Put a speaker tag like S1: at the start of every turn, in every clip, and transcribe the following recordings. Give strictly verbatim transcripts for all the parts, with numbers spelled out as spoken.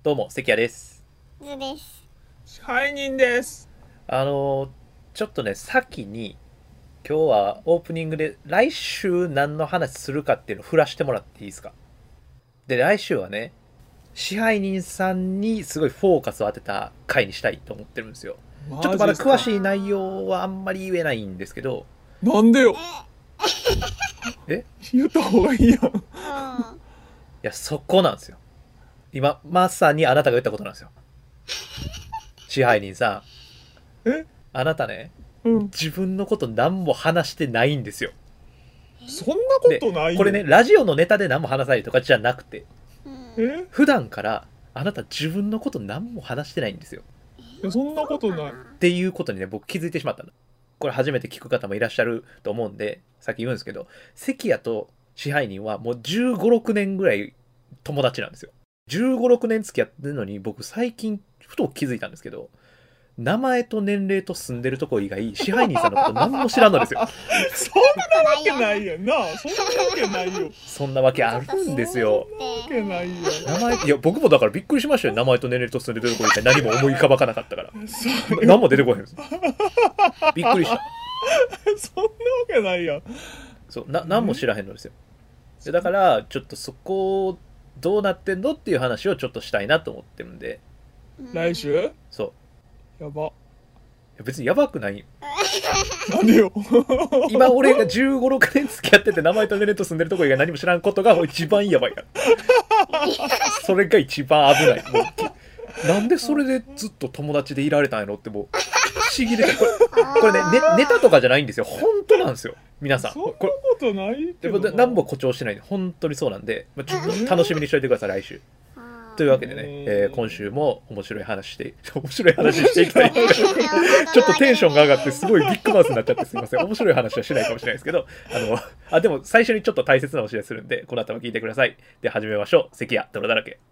S1: どうも関谷です。
S2: ずです。
S3: 支配人です。
S1: あのちょっとね先に今日はオープニングで来週何の話するかっていうのを振らしてもらっていいですか。で来週はね支配人さんにすごいフォーカスを当てた回にしたいと思ってるんですよ。ちょっとまだ詳しい内容はあんまり言えないんですけど。
S3: なんでよ。
S1: え
S3: 言った方がいいやん。い
S1: やそこなんですよ。今まさにあなたが言ったことなんですよ。支配人さ
S3: ん。え
S1: あなたね、
S3: うん、
S1: 自分のこと何も話してないんですよ。
S3: そんなことないよ。
S1: これねラジオのネタで何も話さないとかじゃなくて、
S3: え
S1: 普段からあなた自分のこと何も話してないんですよ。
S3: いやそんなことない
S1: っていうことにね僕気づいてしまったの。これ初めて聞く方もいらっしゃると思うんでさっき言うんですけど、関谷と支配人はもうじゅうご、ろくねんぐらい友達なんですよ。じゅうご、ろくねん付き合ってるのに僕最近ふと気づいたんですけど、名前と年齢と住んでるとこ以外支配人さんのこと何も知らんのですよ。
S3: そんなわけないやんな。そんなわけないよ。
S1: そんなわけあるんですよ。
S3: そんなわけないよ。
S1: 名前いや僕もだからびっくりしましたよ。名前と年齢と住んでるとこ以外何も思い浮かばかなかったから何も出てこへんです。びっくりした。
S3: そんなわけないやん。
S1: そうな何も知らへんのですよ。でだからちょっとそこどうなってんのっていう話をちょっとしたいなと思ってるんで。
S3: 来週
S1: そう
S3: やば。
S1: 別にやばくない。
S3: なんでよ。
S1: 今俺がじゅうご、ろくねん付き合ってて名前と年齢と住んでるとこ以外何も知らんことが一番やばいからそれが一番危ない。もうなんでそれでずっと友達でいられたんやろってもう不思議で、これこれね、ねネタとかじゃないんですよ。本当なんですよ皆さん。
S3: そんなことないけどな。
S1: でも何も誇張してないんで本当にそうなんで、まあ、ちょっと楽しみにしておいてください来週。というわけでね、えー、今週も面白い話して面白い話していきたいちょっとテンションが上がってすごいビッグマウスになっちゃってすいません。面白い話はしないかもしれないですけど、あのあでも最初にちょっと大切なお知らせするんでこの後も聞いてください。で始めましょう。関谷泥だらけ。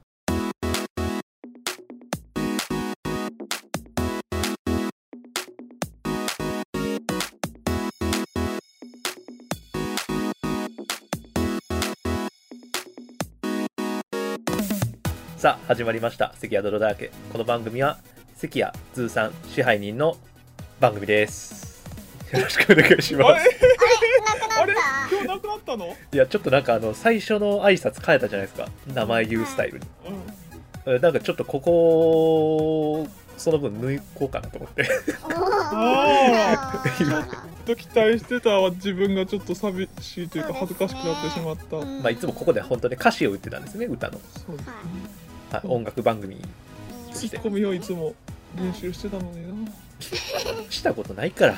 S1: さあ始まりました関谷泥だらけ。この番組は関谷ズーさん支配人の番組です。よろしくお願いします。
S3: あれ今日なくなったの？
S1: いやちょっとなんかあの最初の挨拶変えたじゃないですか、名前言うスタイルに、うん、なんかちょっとここその分抜こうかなと思って
S3: ああちょっと期待してたわ。自分がちょっと寂しいというか恥ずかしくなってしまった。
S1: まあいつもここで本当に歌詞を打ってたんですね、歌の。
S3: そうですね、
S1: はい、音楽番組
S3: ツッコミをいつも練習してたのにな。
S1: したことないから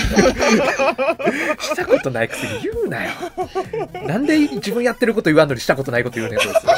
S1: したことないくせに言うなよ。なんで自分やってること言わんのにしたことないこと言うねんこいつ。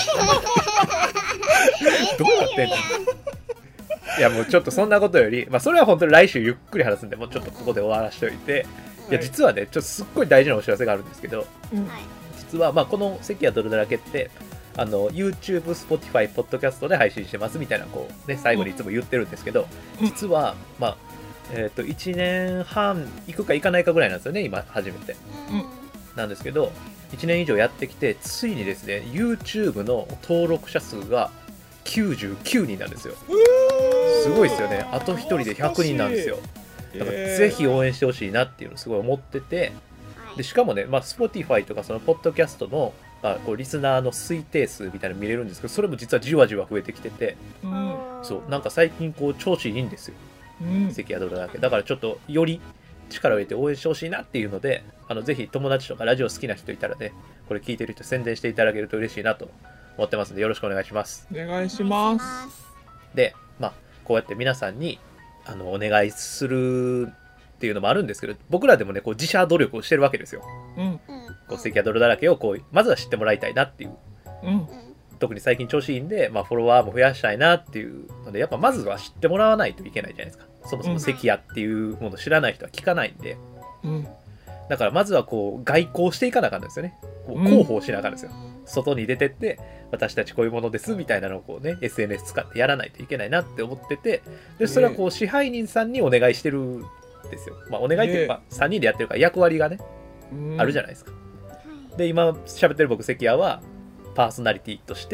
S1: どうなってんの。いやもうちょっとそんなことより、まあそれは本当に来週ゆっくり話すんでもうちょっとここで終わらしておいて、いや実はねちょっとすっごい大事なお知らせがあるんですけど、うん、実はまあこの関谷泥だらけってあの YouTube、Spotify、Podcast で配信してますみたいなこうね最後にいつも言ってるんですけど、実はまあえっといちねんはん行くか行かないかぐらいなんですよね今初めて、うん、なんですけどいちねん以上やってきてついにですね YouTube の登録者数がきゅうじゅうきゅうにんなんですよ。すごいですよね。あとひとりでひゃくにんなんですよ。だからぜひ応援してほしいなっていうのをすごい思ってて、でしかもね、まあ、Spotify とかそのポッドキャストの、まあ、こうリスナーの推定数みたいなの見れるんですけど、それも実はじわじわ増えてきてて、うん、そうなんか最近こう調子いいんですよ、うん、関谷泥だらけ。だからちょっとより力を入れて応援してほしいなっていうので、あのぜひ友達とかラジオ好きな人いたらね、これ聞いてる人宣伝していただけると嬉しいなと思ってますのでよろしくお願いします。
S3: お願いします。
S1: で、まあこうやって皆さんにあのお願いするっていうのもあるんですけど、僕らでもねこう自社努力をしてるわけですよ。うん、こう関谷泥だらけをこうまずは知ってもらいたいなっていう。うん、特に最近調子いいんで、まあ、フォロワーも増やしたいなっていうので、やっぱまずは知ってもらわないといけないじゃないですか。そもそも関谷っていうものを知らない人は聞かないんで、うん、だからまずはこう外交していかなあかんですよね。こう広報しなあかんですよ。外に出てって私たちこういうものですみたいなのをこうね エスエヌエス 使ってやらないといけないなって思ってて、でそれはこう支配人さんにお願いしてるんですよ。まあお願いっていうかさんにんでやってるから役割がねあるじゃないですか。で今喋ってる僕関谷はパーソナリティとして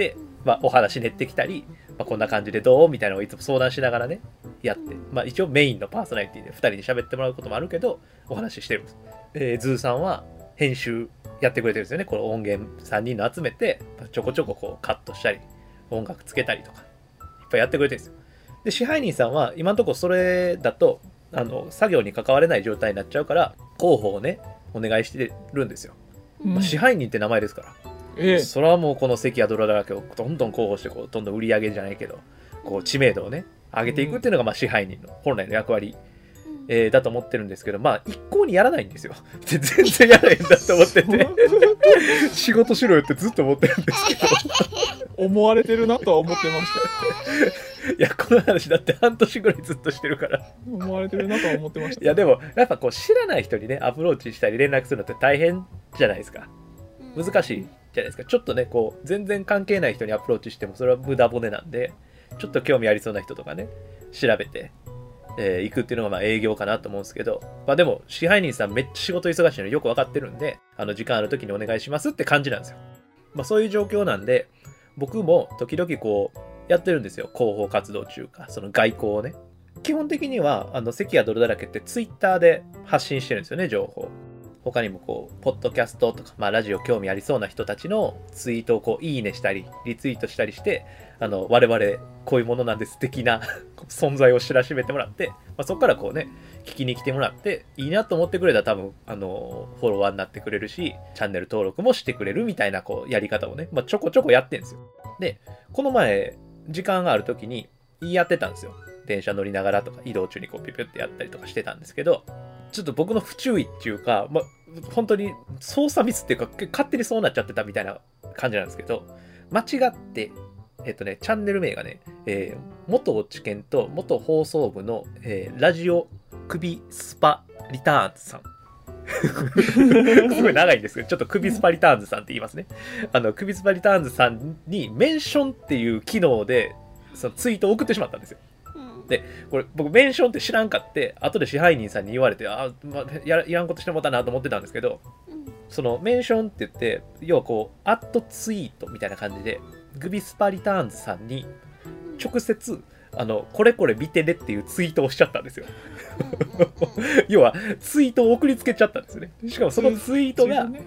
S1: まあ、お話練ってきたり、まあ、こんな感じでどうみたいなのをいつも相談しながらねやって、まあ、一応メインのパーソナリティでふたりに喋ってもらうこともあるけどお話ししてるんです。えー、ズーさんは編集やってくれてるんですよね。この音源さんにんの集めてちょこちょここうカットしたり音楽つけたりとかいっぱいやってくれてるんですよ。で支配人さんは今のところそれだとあの作業に関われない状態になっちゃうから広報をねお願いしてるんですよ、うんまあ、支配人って名前ですから、ええ、それはもうこの関谷ドラだらけをどんどん広報してこうどんどん売り上げじゃないけどこう知名度をね上げていくっていうのがまあ支配人の本来の役割、えー、だと思ってるんですけどまあ一向にやらないんですよ全然やらないんだと思ってて仕事しろよってずっと思ってるんですけど
S3: 思われてるなとは思ってました
S1: いやこの話だって半年ぐらいずっとしてるから
S3: 思われてるなとは思ってました。
S1: いやでもやっぱこう知らない人にねアプローチしたり連絡するのって大変じゃないですか。難しいじゃないですか。ちょっとねこう全然関係ない人にアプローチしてもそれは無駄骨なんでちょっと興味ありそうな人とかね調べて、えー、行くっていうのがまあ営業かなと思うんですけど、まあでも支配人さんめっちゃ仕事忙しいのよく分かってるんであの時間ある時にお願いしますって感じなんですよ。まあそういう状況なんで僕も時々こうやってるんですよ。広報活動中かその外交をね。基本的にはあの関谷泥だらけってツイッターで発信してるんですよね情報。他にもこうポッドキャストとか、まあ、ラジオ興味ありそうな人たちのツイートをこういいねしたりリツイートしたりしてあの我々こういうものなんです的な存在を知らしめてもらって、まあ、そこからこうね聞きに来てもらっていいなと思ってくれたら多分あのフォロワーになってくれるしチャンネル登録もしてくれるみたいなこうやり方をね、まあ、ちょこちょこやってんですよ。でこの前時間がある時にやってたんですよ。電車乗りながらとか移動中にこうピュピュってやったりとかしてたんですけどちょっと僕の不注意っていうか、まあ、本当に操作ミスっていうか勝手にそうなっちゃってたみたいな感じなんですけど間違ってえっとねチャンネル名がね、えー、元落ち研と元放送部の、えー、ラジオ首スパリターンズさんすごい長いんですけどちょっと首スパリターンズさんって言いますね。あの首スパリターンズさんにメンションっていう機能でそのツイートを送ってしまったんですよ。でこれ僕メンションって知らんかって後で支配人さんに言われてあ、まあ、やいらんことしてもったなと思ってたんですけど、うん、そのメンションって言って要はこうアットツイートみたいな感じでグビスパリターンズさんに直接あのこれこれ見てねっていうツイートをしちゃったんですよ要はツイートを送りつけちゃったんですよね。しかもそのツイートが、うん、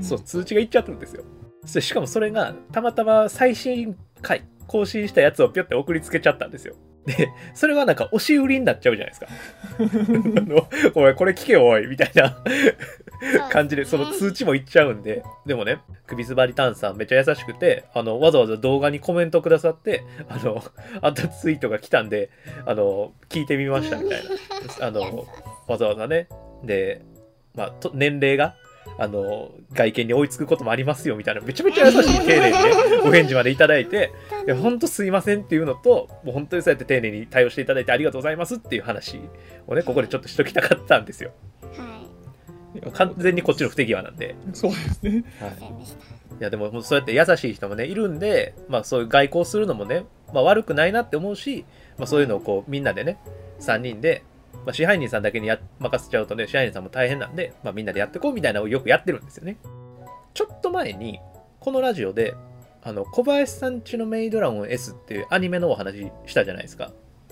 S1: そう通知がいっちゃったんですよ。しかもそれがたまたま最新回更新したやつをピョって送りつけちゃったんですよ。で、それはなんか押し売りになっちゃうじゃないですか。あの、おい、これ聞けよ、おい、みたいな感じで、その通知もいっちゃうんで、でもね、首すばりタンさんめっちゃ優しくて、あの、わざわざ動画にコメントくださって、あの、あんたツイートが来たんで、あの、聞いてみましたみたいな。あの、わざわざね、で、まあ、と年齢が、あの外見に追いつくこともありますよみたいなめちゃめちゃ優しい丁寧にねお返事までいただいてほんとすいませんっていうのともう本当にそうやって丁寧に対応していただいてありがとうございますっていう話をねここでちょっとしときたかったんですよ。はい、完全にこっちの不手際なんで。
S3: そうですね、はい、
S1: いやでもそうやって優しい人もねいるんで、まあ、そういう外交するのもね、まあ、悪くないなって思うし、まあ、そういうのをこうみんなでねさんにんでまあ、支配人さんだけにや任せちゃうとね支配人さんも大変なんで、まあ、みんなでやってこうみたいなのをよくやってるんですよね。ちょっと前にこのラジオであの小林さんちのメイドラゴン S っていうアニメのお話したじゃないですか。うん、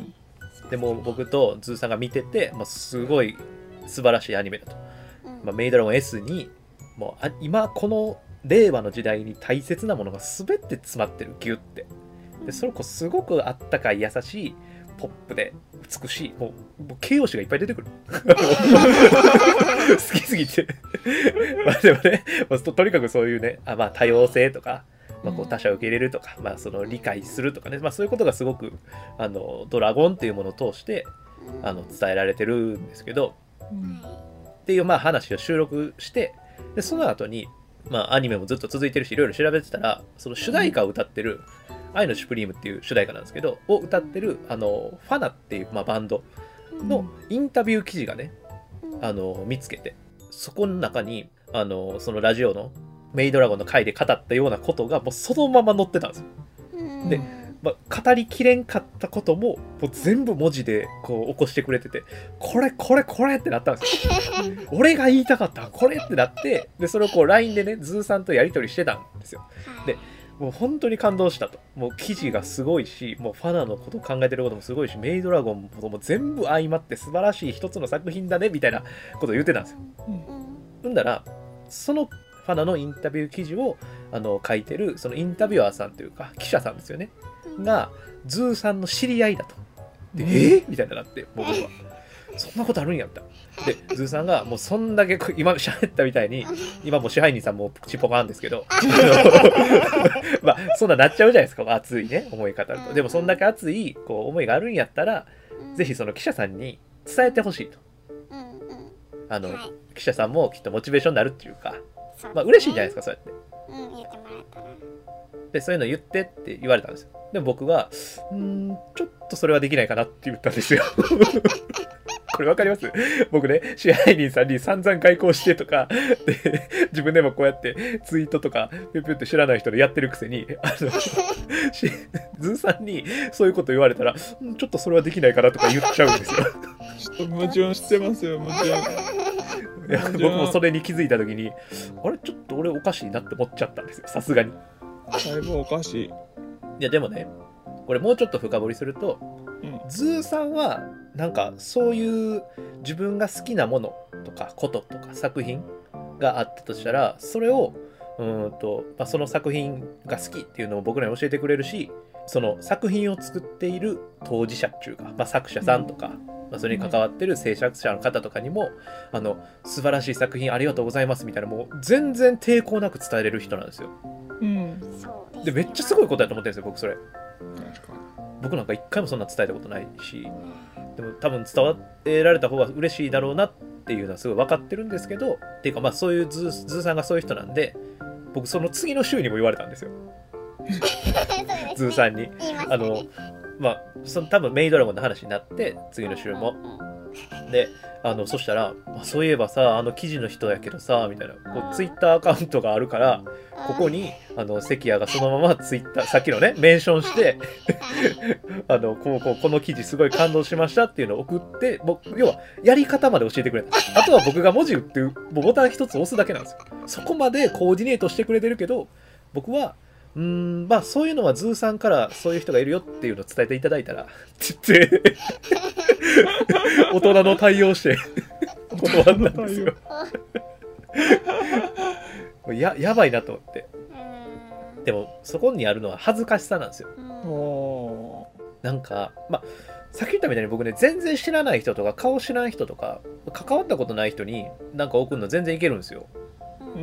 S1: でも僕とズーさんが見てて、まあ、すごい素晴らしいアニメだと、まあ、メイドラゴン S にもうあ今この令和の時代に大切なものが全て詰まってるギュッてでそれこそすごくあったかい優しいポップで美しいもう、もう形容詞がいっぱい出てくる好きすぎてまあでもね、まあ、と, とにかくそういうねあ、まあ、多様性とか、まあ、こう他者を受け入れるとか、まあ、その理解するとかね、まあ、そういうことがすごくあのドラゴンっていうものを通してあの伝えられてるんですけど、うん、っていうまあ話を収録してでその後にまあアニメもずっと続いてるしいろいろ調べてたらその主題歌を歌ってる、うん愛のシュプリームっていう主題歌なんですけどを歌ってるあのファナっていう、まあ、バンドのインタビュー記事がねあの見つけてそこの中にあのそのラジオのメイドラゴンの回で語ったようなことがもうそのまま載ってたんですよ。で、まあ、語りきれんかったことももう全部文字でこう起こしてくれててこれこれこれってなったんですよ俺が言いたかったこれってなってでそれをこう ライン でねズーさんとやり取りしてたんですよ。でもう本当に感動したと。もう記事がすごいし、もうファナのこと考えてることもすごいし、メイドラゴンもことも全部相まって素晴らしい一つの作品だねみたいなことを言ってたんですよ。うん、んだらそのファナのインタビュー記事をあの書いてるそのインタビュアーさんというか記者さんですよね、がズーさんの知り合いだと。で、えー、みたいになって僕は。そんなことあるんやった。で、ズーさんがもうそんだけ今喋ったみたいに、今もう支配人さんもちぽかんですけど、まあそんななっちゃうじゃないですか、熱いね思い方と。でもそんだけ熱いこう思いがあるんやったら、ぜひその記者さんに伝えてほしいと。あの記者さんもきっとモチベーションになるっていうか、まあ嬉しいじゃないですか、そうやって。
S2: うん、言ってもらえたら。
S1: で、そういうの言ってって言われたんですよ。でも僕が、うーん、ちょっとそれはできないかなって言ったんですよ。これわかります？僕ね、支配人さんに散々外交してとか、で、自分でもこうやってツイートとか、ぴゅぴゅって知らない人でやってるくせに、あの、ズーさんにそういうこと言われたら、ちょっとそれはできないかなとか言っちゃうんですよ。
S3: ちょっと矛盾してますよ、矛盾。
S1: いや僕もそれに気づいたときに、あれちょっと俺おかしいなって思っちゃったんですよ、さすがに。
S3: だいぶおかしい。
S1: いやでもね、これもうちょっと深掘りすると、うん、ズーさんはなんかそういう自分が好きなものとかこととか作品があったとしたら、それをうんと、まあ、その作品が好きっていうのを僕らに教えてくれるし、その作品を作っている当事者っていうか、まあ、作者さんとか、うんまあ、それに関わってる制作者の方とかにも、あの素晴らしい作品ありがとうございますみたいな、もう全然抵抗なく伝えれる人なんですよ。うん、でめっちゃすごいことだと思ってるんですよ僕それ。僕なんか一回もそんな伝えたことないし、でも多分伝わってられた方が嬉しいだろうなっていうのはすごい分かってるんですけど、っていうかまあそういうズー、ズーさんがそういう人なんで、僕その次の週にも言われたんですよ。ズーさんに、あのまあその多分メイドラゴンの話になって次の週も。で、あのそしたら、まあ、そういえばさ、あの記事の人やけどさみたいな、こうツイッターアカウントがあるから、ここにあの関谷がそのままツイッターさっきのねメンションしてあのこうこうこの記事すごい感動しましたっていうのを送って、僕要はやり方まで教えてくれた。あとは僕が文字打ってもうボタン一つ押すだけなんですよ。そこまでコーディネートしてくれてるけど、僕はうーんまあそういうのはズーさんからそういう人がいるよっていうのを伝えていただいたらって言って大人の対応して断ったんですよ。や, やばいなと思って。でもそこにあるのは恥ずかしさなんですよ。なんかまあさっき言ったみたいに僕ね、全然知らない人とか顔知らない人とか関わったことない人になんか送るの全然いけるんですよ。うん、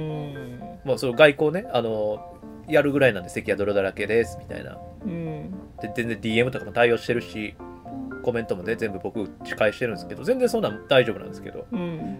S1: もうその外交ね、あのやるぐらいなんで関谷泥だらけですみたいな、うん、で全然 ディーエム とかも対応してるし、コメントもね全部僕仕返してるんですけど、全然そんなん大丈夫なんですけど、うん、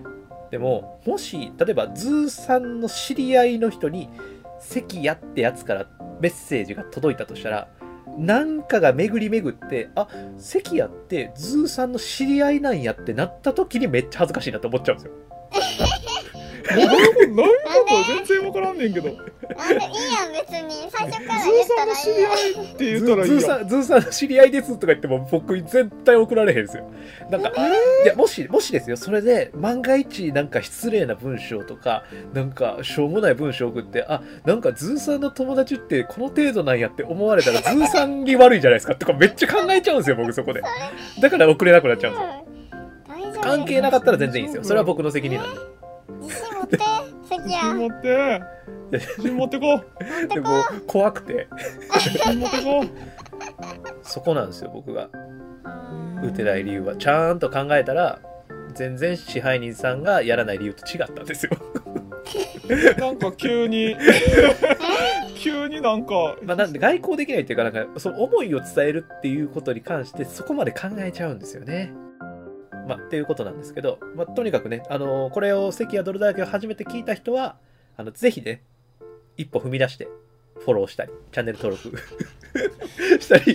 S1: でももし例えばズーさんの知り合いの人に関谷ってやつからメッセージが届いたとしたら、なんかが巡り巡って、あ、関谷ってズーさんの知り合いなんやってなった時にめっちゃ恥ずかしいなって思っちゃうんですよ。
S3: どういうこと全然分からんねんけど。
S2: なんでいいやん別に最初から言ったらいいやん。ズーさんの知り合いって
S3: 言ったらいいやん。
S1: ズーさん、ズーさんの知り合いですとか言っても僕絶対送られへんですよ。なんか、いやもしもしですよ、それで万が一なんか失礼な文章とかなんかしょうもない文章送って、あ、なんかズーさんの友達ってこの程度なんやって思われたらズーさんに悪いじゃないですかとかめっちゃ考えちゃうんですよ僕そこで。だから送れなくなっちゃうんですよ。関係なかったら全然いいんですよ。それは僕の責任なんで。
S2: 自信持って関
S3: 谷。自信持って。自信持ってこう。
S1: でも怖くて。
S3: 自信持ってこう。
S1: そこなんですよ僕が打てない理由は。ちゃんと考えたら全然支配人さんがやらない理由と違ったんですよ。
S3: なんか急に急になんか、
S1: まあ、なんで外交できないっていうか、なんかその思いを伝えるっていうことに関してそこまで考えちゃうんですよね。まあ、っていうことなんですけど、まあ、とにかくね、あのー、これを関谷泥だらけを初めて聞いた人は、あのぜひね、一歩踏み出して、フォローしたり、チャンネル登録したり、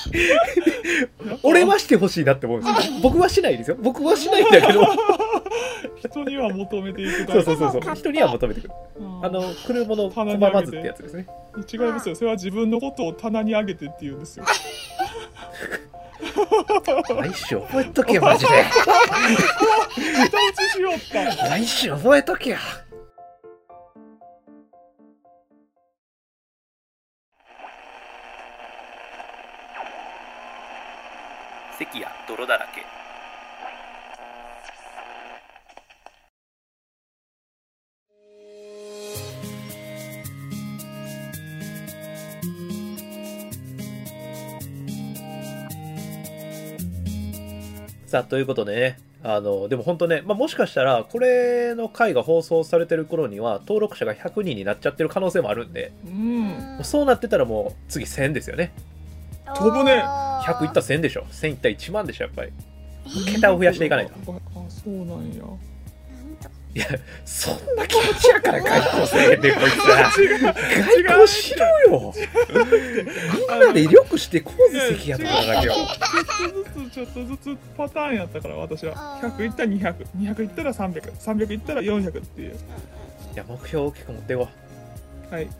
S1: 俺はしてほしいなって思うんですよ。僕はしないですよ。僕はしないんだけど。
S3: 人には求めていく
S1: そうそうそうそう。人には求めていく。あの、来るものを拒まずってやつですね。
S3: 違いますよ。それは自分のことを棚に上げてって言うんですよ。
S1: 来週覚えとけよマジで。
S3: 下打ちしよった。
S1: 来週覚えとけよ。 関や泥だらけ。さあ、ということでね、あの、でも本当ね、まあ、もしかしたら、これの回が放送されてる頃には、登録者がひゃくにんになっちゃってる可能性もあるんで、
S3: うん、
S1: そうなってたらもう、次せんですよね。
S3: 飛ぶね。
S1: ひゃくいったらせんでしょ。せんいったらいちまんでしょ、やっぱり。桁を増やしていかないと。
S3: あ、そうなんや。
S1: いや、そんな気持ちやから外交せえへんねん、こいつは。外交しろよ。みんなで良くしてこうぜ、関やとかだけよ。
S3: ちょっとずつ、ちょっとずつパターンやったから、私は。ひゃくいったらにひゃく、にひゃくいったらさんびゃく、さんびゃくいったらよんひゃくっていう。い
S1: や、目標を大きく持っていこ
S3: う。はい。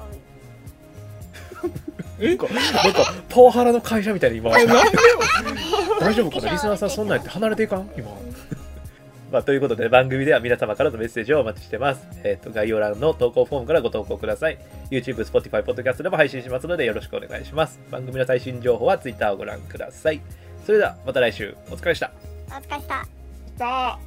S1: えなんか、なんかパワハラの会社みたいに今。大丈夫かな、リスナーさんそんなんやって離れていかん今。まあ、ということで番組では皆様からのメッセージをお待ちしてます。えっと、概要欄の投稿フォームからご投稿ください。YouTube、Spotify、Podcast でも配信しますのでよろしくお願いします。番組の最新情報は Twitter をご覧ください。それではまた来週お疲れでした。
S2: お疲れした。
S3: した